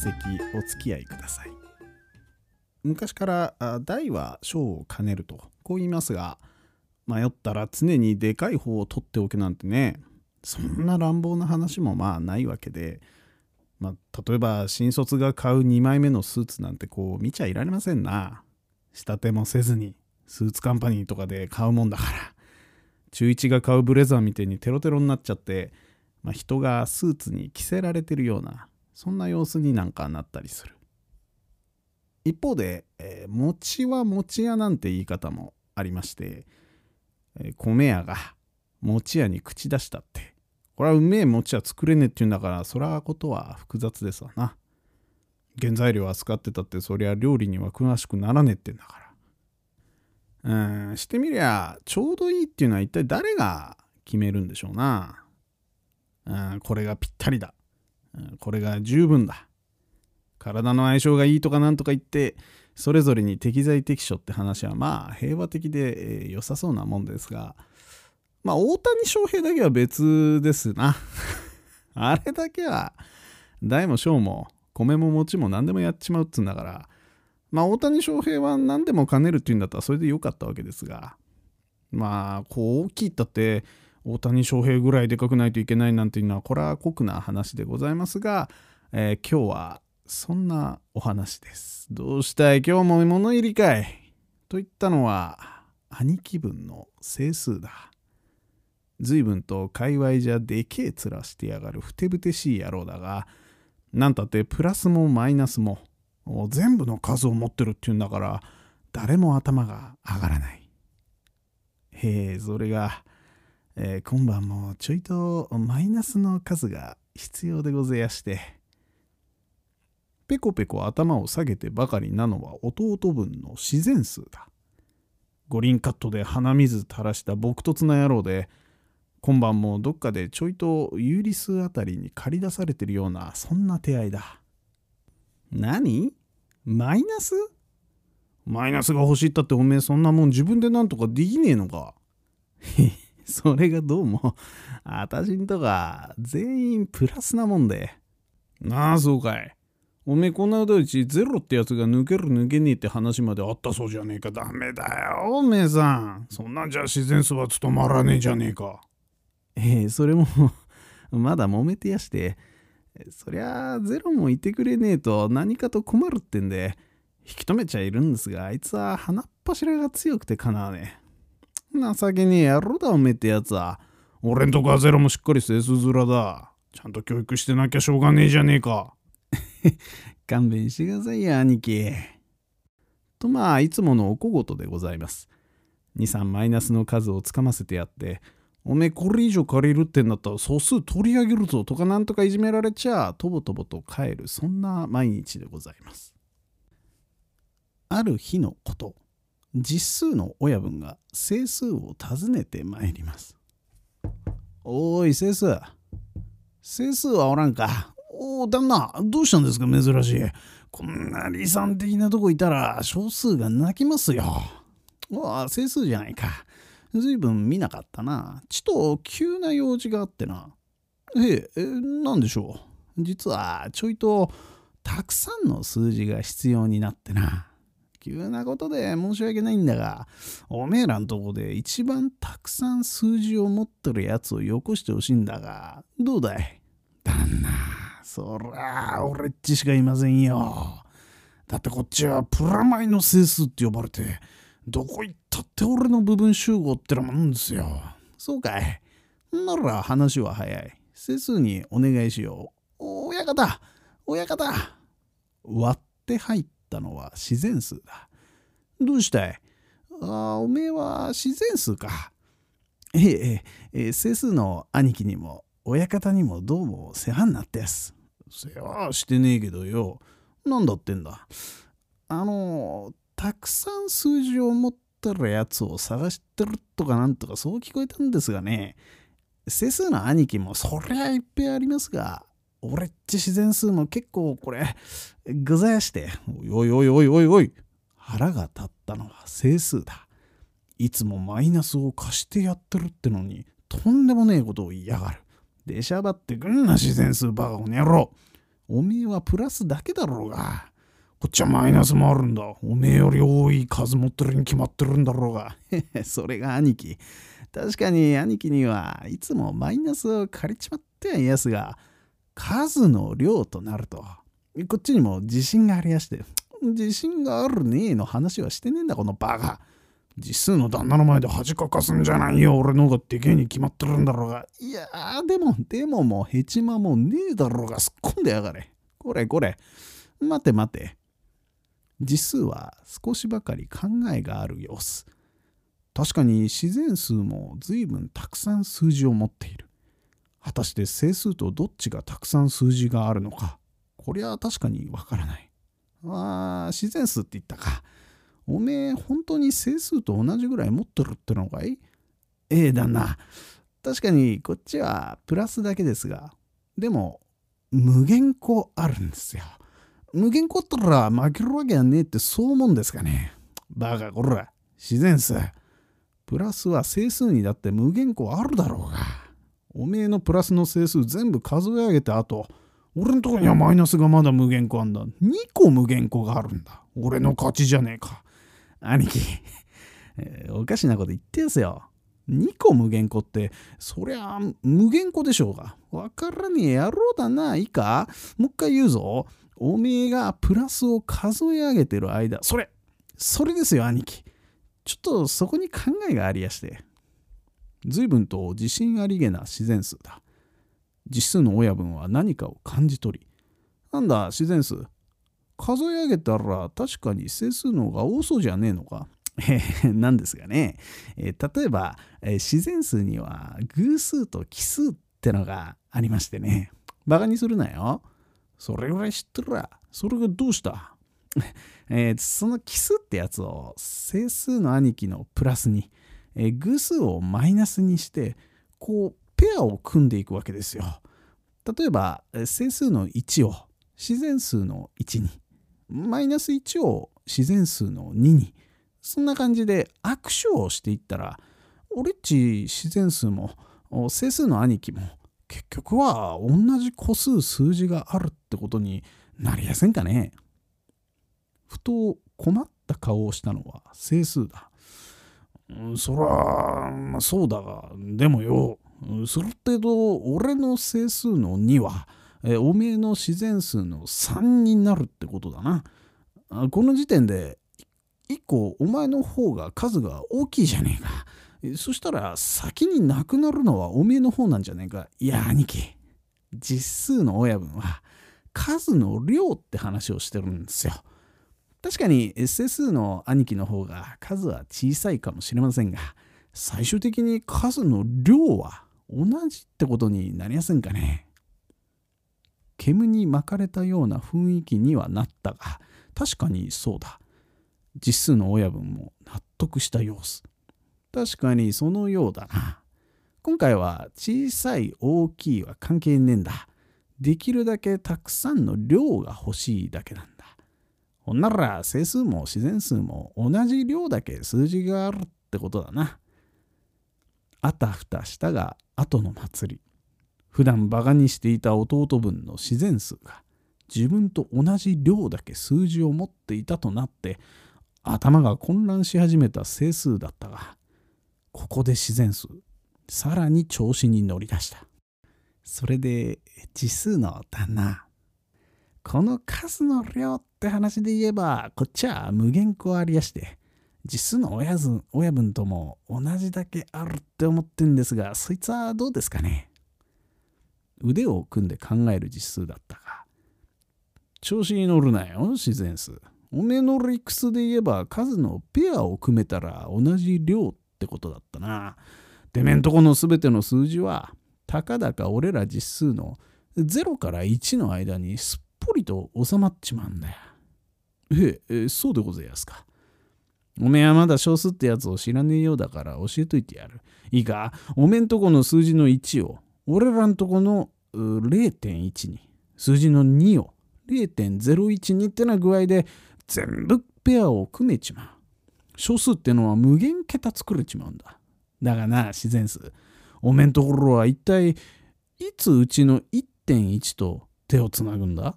席お付き合いください。昔から大は小を兼ねるとこう言いますが、迷ったら常にでかい方を取っておけなんてね、そんな乱暴な話もまあないわけで、例えば新卒が買う2枚目のスーツなんてこう見ちゃいられませんな。仕立てもせずにスーツカンパニーとかで買うもんだから、中1が買うブレザーみたいにテロテロになっちゃって、人がスーツに着せられてるような、そんな様子になんかなったりする。一方で、餅は餅屋なんて言い方もありまして、米屋が餅屋に口出したって、これはうめえ餅は作れねえって言うんだから、そらことは複雑ですわな。原材料扱ってたって、そりゃ料理には詳しくならねえってんだから。してみりゃちょうどいいっていうのは一体誰が決めるんでしょうな。これがぴったりだ。これが十分だ。体の相性がいいとかなんとか言って、それぞれに適材適所って話はまあ平和的で良さそうなもんですが、大谷翔平だけは別ですな。あれだけは大も小も米も餅も何でもやっちまうっつうんだから、大谷翔平は何でも兼ねるっていうんだったらそれでよかったわけですが、こう大きいったって大谷翔平ぐらいでかくないといけないなんていうのは、これは酷な話でございますが、今日はそんなお話です。どうしたい、今日も物入りかいと言ったのは兄貴分の整数だ。随分と界隈じゃでけえ面してやがるふてぶてしい野郎だが、なんたってプラスもマイナスも全部の数を持ってるっていうんだから、誰も頭が上がらない。それが、今晩もちょいとマイナスの数が必要でございやして、ペコペコ頭を下げてばかりなのは弟分の自然数だ。五輪カットで鼻水垂らした朴突な野郎で、今晩もどっかでちょいと有利数あたりに借り出されてるような、そんな手合いだ。何？マイナス？マイナスが欲しいったっておめえそんなもん自分でなんとかできねえのか。それがどうもあたしんとか全員プラスなもんで。なあ、そうかい。おめえこんなうちゼロってやつが抜ける抜けねえって話まであったそうじゃねえか。ダメだよおめえさん、そんなんじゃ自然数は務まらねえじゃねえか。それもまだ揉めてやして、そりゃゼロもいてくれねえと何かと困るってんで引き止めちゃいるんですが、あいつは鼻っ柱が強くてかなわねえ。情けねえ野郎だおめえってやつは。俺んとこはゼロもしっかり整数面だ。ちゃんと教育してなきゃしょうがねえじゃねえか。勘弁してくださいよ兄貴。といつものお小言でございます。2、3マイナスの数をつかませてやって、おめえこれ以上借りるってんだったら素数取り上げるぞとかなんとかいじめられちゃとぼとぼと帰る、そんな毎日でございます。ある日のこと、実数の親分が整数を訪ねてまいります。おい整数、整数はおらんか。旦那、どうしたんですか珍しい。こんな理算的なとこいたら小数が泣きますよ。整数じゃないか。ずいぶん見なかったな。ちと急な用事があってな。なんでしょう。実はちょいとたくさんの数字が必要になってな。急なことで申し訳ないんだが、おめえらんとこで一番たくさん数字を持ってるやつをよこしてほしいんだが、どうだい？旦那、そりゃ俺っちしかいませんよ。だってこっちはプラマイの整数って呼ばれて、どこ行ったって俺の部分集合ってなもんですよ。そうかい。なら話は早い。整数にお願いしよう。親方、割って入ったのは自然数だ。どうしたい？おめえは自然数か。整数の兄貴にも親方にもどうも世話になってやす。世話してねえけどよ。なんだってんだ。たくさん数字を持ってるやつを探してるとかなんとかそう聞こえたんですがね。整数の兄貴もそりゃいっぺんありますが、俺っち自然数も結構これぐざやして、おい腹が立ったのは整数だ。いつもマイナスを貸してやってるってのにとんでもねえことを言いやがる。出しゃばってくんな自然数バカこの野郎。 おめえはプラスだけだろうが。こっちはマイナスもあるんだ。おめえより多い数持ってるに決まってるんだろうが。それが兄貴。確かに兄貴にはいつもマイナスを借りちまってはいやすが、数の量となると、こっちにも自信がありやして、自信があるねえの話はしてねえんだこのバカ。実数の旦那の前で恥かかすんじゃないよ。俺の方がでけえに決まってるんだろうが。いやーでももうヘチマもねえだろうが、すっ込んでやがれ。これ。待て。実数は少しばかり考えがある様子。確かに自然数も随分たくさん数字を持っている。果たして整数とどっちがたくさん数字があるのか。こりゃ確かにわからない。自然数って言ったか。おめえ本当に整数と同じぐらい持ってるってのかい？旦那。確かにこっちはプラスだけですが、でも無限個あるんですよ。無限個ったら負けるわけはねえってそう思うんですかね。バカこら、自然数。プラスは整数にだって無限個あるだろうが。おめえのプラスの整数全部数え上げた後、俺のとこにはマイナスがまだ無限個あんだ。2個無限個があるんだ。俺の勝ちじゃねえか。兄貴、おかしなこと言ってやすよ。2個無限個って、そりゃ無限個でしょうが。わからねえ野郎だな。いいか？もう一回言うぞ。おめえがプラスを数え上げてる間、それですよ兄貴。ちょっとそこに考えがありやして。随分と自信ありげな自然数だ。実数の親分は何かを感じ取り、なんだ自然数。数え上げたら確かに整数の方が多そうじゃねえのか。なんですがね、例えば、自然数には偶数と奇数ってのがありましてね。バカにするなよ。それぐらい知ってるら。それがどうした？その奇数ってやつを整数の兄貴のプラスに、偶数をマイナスにしてこうペアを組んでいくわけですよ。例えば整数の1を自然数の1に、マイナス1を自然数の2に、そんな感じで握手をしていったら、俺っち自然数も整数の兄貴も結局は同じ個数数字があるってことになりやせんかね。ふと困った顔をしたのは整数だ。そら、そうだが、でもよ、する程度俺の整数の2は、おめえの自然数の3になるってことだな。この時点で1個お前の方が数が大きいじゃねえか。そしたら先になくなるのはおめえの方なんじゃねえか。いや兄貴、実数の親分は数の量って話をしてるんですよ。確かに整数の兄貴の方が数は小さいかもしれませんが、最終的に数の量は同じってことになりやせんかね。煙に巻かれたような雰囲気にはなったが、確かにそうだ。実数の親分も納得した様子。確かにそのようだな。今回は小さい大きいは関係ねえんだ。できるだけたくさんの量が欲しいだけなんだ。ほんなら整数も自然数も同じ量だけ数字があるってことだな。あたふたしたが後の祭り。普段バカにしていた弟分の自然数が自分と同じ量だけ数字を持っていたとなって、頭が混乱し始めた整数だったが、ここで自然数、さらに調子に乗り出した。それで実数の旦那、この数の量って話で言えば、こっちは無限個ありやして、実数の親分とも同じだけあるって思ってんですが、そいつはどうですかね。腕を組んで考える実数だったが、調子に乗るなよ自然数。おめえの理屈で言えば数のペアを組めたら同じ量ってことだったな。てめえんとこのすべての数字はたかだか俺ら実数の0から1の間にすっぽりと収まっちまうんだよ。そうでございますか。おめえはまだ小数ってやつを知らねえようだから教えといてやる。いいか、おめえんとこの数字の1を俺らんとこの 0.1 に、数字の2を 0.012 ってな具合で全部ペアを組めちまう。小数ってのは無限桁作れちまうんだ。だがな、自然数。おめんところは一体いつうちの 1.1 と手をつなぐんだ？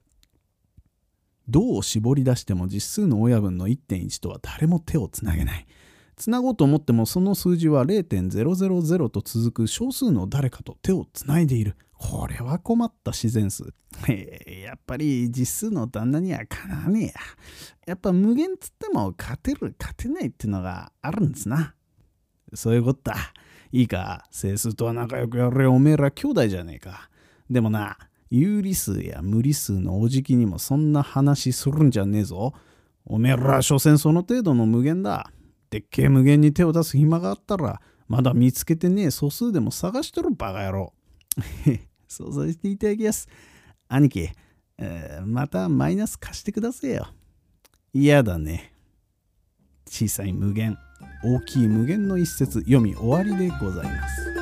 どう絞り出しても実数の親分の 1.1 とは誰も手をつなげない。つなごうと思ってもその数字は 0.000 と続く少数の誰かと手をつないでいる。これは困った自然数。やっぱり実数の旦那にはかなわねえや。やっぱ無限つっても勝てる勝てないってのがあるんですな。そういうこった。いいか、整数とは仲良くやれ。おめえら兄弟じゃねえか。でもな、有理数や無理数のおじきにもそんな話するんじゃねえぞ。おめえら所詮その程度の無限だ。でっけえ無限に手を出す暇があったら、まだ見つけてねえ素数でも探しとるバカ野郎。そうさせていただきます。兄貴、またマイナス貸してくださいよ。嫌だね。小さい無限、大きい無限の一節読み終わりでございます。